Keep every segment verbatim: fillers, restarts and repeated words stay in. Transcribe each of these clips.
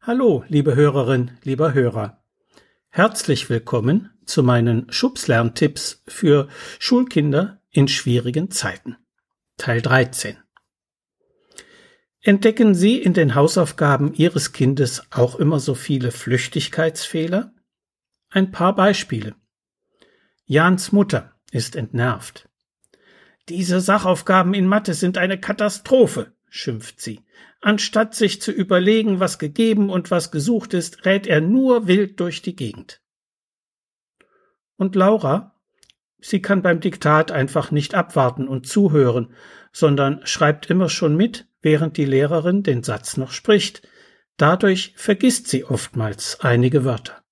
Hallo, liebe Hörerin, lieber Hörer. Herzlich willkommen zu meinen Schubs-Lerntipps für Schulkinder in schwierigen Zeiten. Teil dreizehn. Entdecken Sie in den Hausaufgaben Ihres Kindes auch immer so viele Flüchtigkeitsfehler? Ein paar Beispiele. Jans Mutter ist entnervt. Diese Sachaufgaben in Mathe sind eine Katastrophe, schimpft sie. Anstatt sich zu überlegen, was gegeben und was gesucht ist, rät er nur wild durch die Gegend. Und Laura? Sie kann beim Diktat einfach nicht abwarten und zuhören, sondern schreibt immer schon mit, während die Lehrerin den Satz noch spricht. Dadurch vergisst sie oftmals einige Wörter.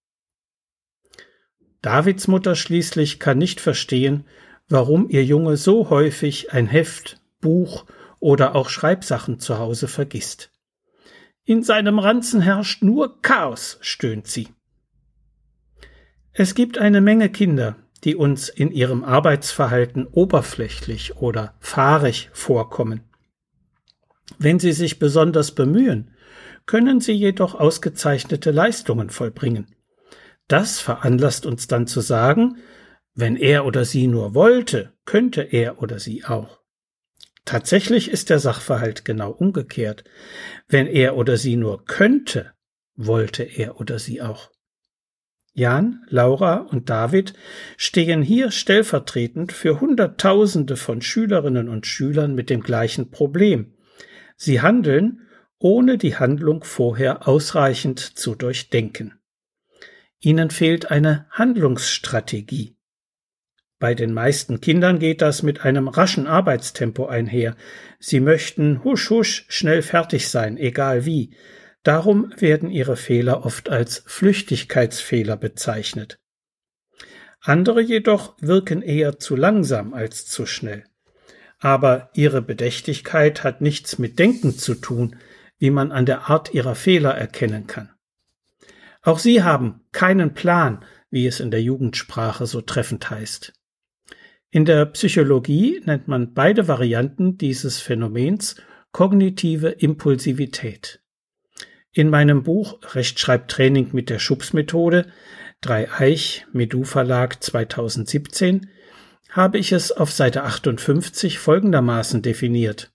Davids Mutter schließlich kann nicht verstehen, warum ihr Junge so häufig ein Heft, Buch oder auch Schreibsachen zu Hause vergisst. In seinem Ranzen herrscht nur Chaos, stöhnt sie. Es gibt eine Menge Kinder, die uns in ihrem Arbeitsverhalten oberflächlich oder fahrig vorkommen. Wenn sie sich besonders bemühen, können sie jedoch ausgezeichnete Leistungen vollbringen. Das veranlasst uns dann zu sagen, wenn er oder sie nur wollte, könnte er oder sie auch. Tatsächlich ist der Sachverhalt genau umgekehrt. Wenn er oder sie nur könnte, wollte er oder sie auch. Jan, Laura und David stehen hier stellvertretend für Hunderttausende von Schülerinnen und Schülern mit dem gleichen Problem. Sie handeln, ohne die Handlung vorher ausreichend zu durchdenken. Ihnen fehlt eine Handlungsstrategie. Bei den meisten Kindern geht das mit einem raschen Arbeitstempo einher. Sie möchten husch husch schnell fertig sein, egal wie. Darum werden ihre Fehler oft als Flüchtigkeitsfehler bezeichnet. Andere jedoch wirken eher zu langsam als zu schnell. Aber ihre Bedächtigkeit hat nichts mit Denken zu tun, wie man an der Art ihrer Fehler erkennen kann. Auch sie haben keinen Plan, wie es in der Jugendsprache so treffend heißt. In der Psychologie nennt man beide Varianten dieses Phänomens kognitive Impulsivität. In meinem Buch Rechtschreibtraining mit der Schubs-Methode, drei Eich, Medu Verlag zweitausendsiebzehn, habe ich es auf Seite achtundfünfzig folgendermaßen definiert.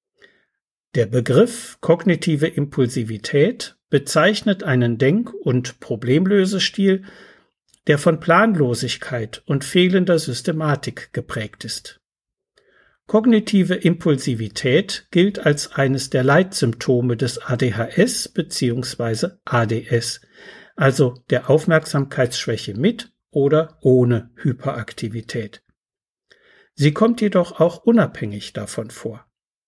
Der Begriff kognitive Impulsivität bezeichnet einen Denk- und Problemlösestil, der von Planlosigkeit und fehlender Systematik geprägt ist. Kognitive Impulsivität gilt als eines der Leitsymptome des A D H S bzw. A D S, also der Aufmerksamkeitsschwäche mit oder ohne Hyperaktivität. Sie kommt jedoch auch unabhängig davon vor.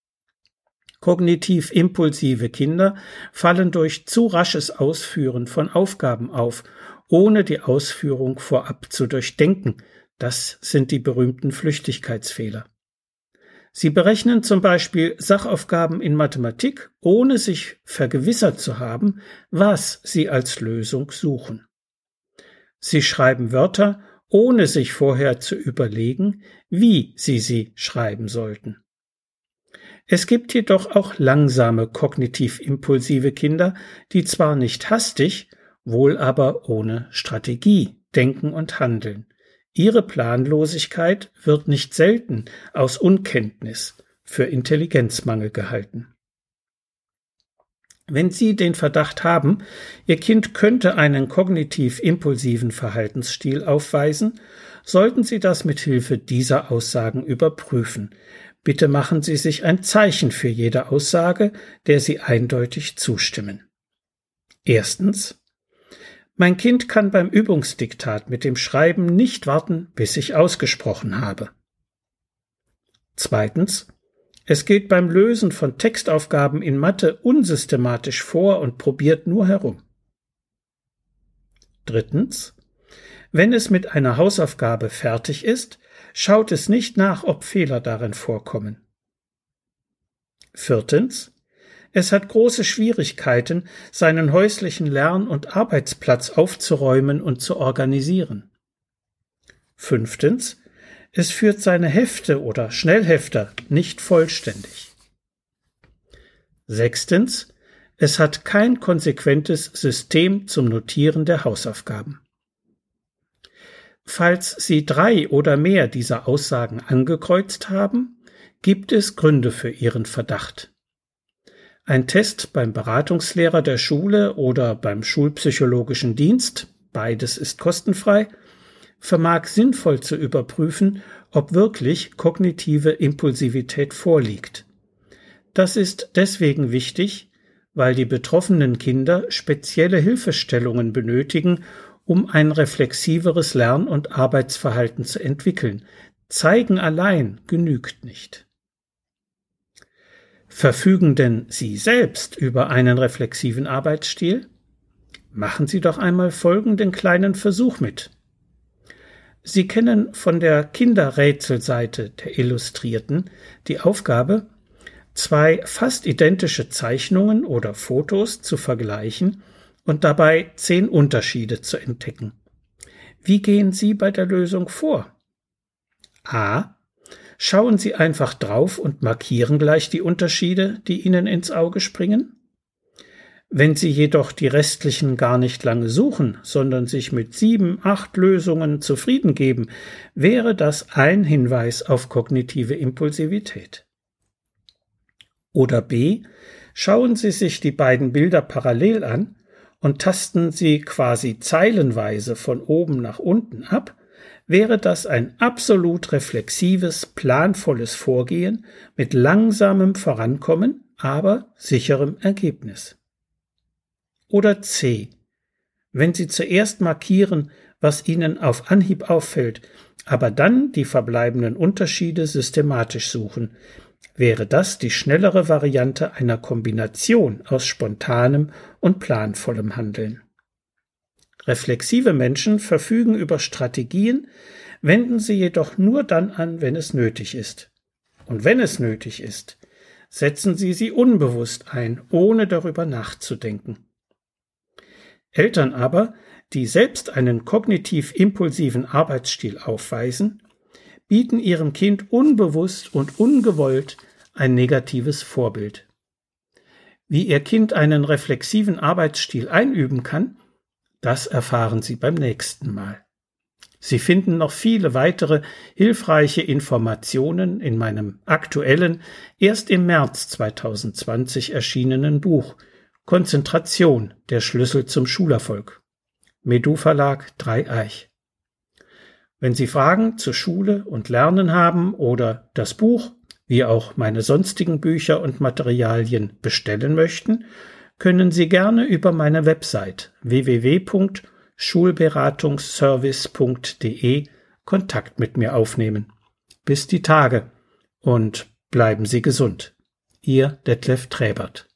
Kognitiv impulsive Kinder fallen durch zu rasches Ausführen von Aufgaben auf, ohne die Ausführung vorab zu durchdenken. Das sind die berühmten Flüchtigkeitsfehler. Sie berechnen zum Beispiel Sachaufgaben in Mathematik, ohne sich vergewissert zu haben, was sie als Lösung suchen. Sie schreiben Wörter, ohne sich vorher zu überlegen, wie sie sie schreiben sollten. Es gibt jedoch auch langsame kognitiv-impulsive Kinder, die zwar nicht hastig, wohl aber ohne Strategie denken und handeln. Ihre Planlosigkeit wird nicht selten aus Unkenntnis für Intelligenzmangel gehalten. Wenn Sie den Verdacht haben, Ihr Kind könnte einen kognitiv-impulsiven Verhaltensstil aufweisen, sollten Sie das mit Hilfe dieser Aussagen überprüfen. Bitte machen Sie sich ein Zeichen für jede Aussage, der Sie eindeutig zustimmen. Erstens. Mein Kind kann beim Übungsdiktat mit dem Schreiben nicht warten, bis ich ausgesprochen habe. Zweitens. Es geht beim Lösen von Textaufgaben in Mathe unsystematisch vor und probiert nur herum. Drittens. Wenn es mit einer Hausaufgabe fertig ist, schaut es nicht nach, ob Fehler darin vorkommen. Viertens. Es hat große Schwierigkeiten, seinen häuslichen Lern- und Arbeitsplatz aufzuräumen und zu organisieren. Fünftens. Es führt seine Hefte oder Schnellhefter nicht vollständig. Sechstens. Es hat kein konsequentes System zum Notieren der Hausaufgaben. Falls Sie drei oder mehr dieser Aussagen angekreuzt haben, gibt es Gründe für Ihren Verdacht. Ein Test beim Beratungslehrer der Schule oder beim Schulpsychologischen Dienst, beides ist kostenfrei, vermag sinnvoll zu überprüfen, ob wirklich kognitive Impulsivität vorliegt. Das ist deswegen wichtig, weil die betroffenen Kinder spezielle Hilfestellungen benötigen, um ein reflexiveres Lern- und Arbeitsverhalten zu entwickeln. Zeigen allein genügt nicht. Verfügen denn Sie selbst über einen reflexiven Arbeitsstil? Machen Sie doch einmal folgenden kleinen Versuch mit. Sie kennen von der Kinderrätselseite der Illustrierten die Aufgabe, zwei fast identische Zeichnungen oder Fotos zu vergleichen und dabei zehn Unterschiede zu entdecken. Wie gehen Sie bei der Lösung vor? A. Schauen Sie einfach drauf und markieren gleich die Unterschiede, die Ihnen ins Auge springen. Wenn Sie jedoch die restlichen gar nicht lange suchen, sondern sich mit sieben, acht Lösungen zufrieden geben, wäre das ein Hinweis auf kognitive Impulsivität. Oder B. Schauen Sie sich die beiden Bilder parallel an und tasten sie quasi zeilenweise von oben nach unten ab, wäre das ein absolut reflexives, planvolles Vorgehen mit langsamem Vorankommen, aber sicherem Ergebnis. Oder C. Wenn Sie zuerst markieren, was Ihnen auf Anhieb auffällt, aber dann die verbleibenden Unterschiede systematisch suchen, wäre das die schnellere Variante einer Kombination aus spontanem und planvollem Handeln. Reflexive Menschen verfügen über Strategien, wenden sie jedoch nur dann an, wenn es nötig ist. Und wenn es nötig ist, setzen sie sie unbewusst ein, ohne darüber nachzudenken. Eltern aber, die selbst einen kognitiv-impulsiven Arbeitsstil aufweisen, bieten ihrem Kind unbewusst und ungewollt ein negatives Vorbild. Wie Ihr Kind einen reflexiven Arbeitsstil einüben kann, das erfahren Sie beim nächsten Mal. Sie finden noch viele weitere hilfreiche Informationen in meinem aktuellen, erst im März zweitausendzwanzig erschienenen Buch Konzentration, der Schlüssel zum Schulerfolg. Medu Verlag Dreieich. Wenn Sie Fragen zur Schule und Lernen haben oder das Buch, wie auch meine sonstigen Bücher und Materialien bestellen möchten, können Sie gerne über meine Website w w w punkt schulberatungsservice punkt de Kontakt mit mir aufnehmen. Bis die Tage und bleiben Sie gesund. Ihr Detlef Träbert.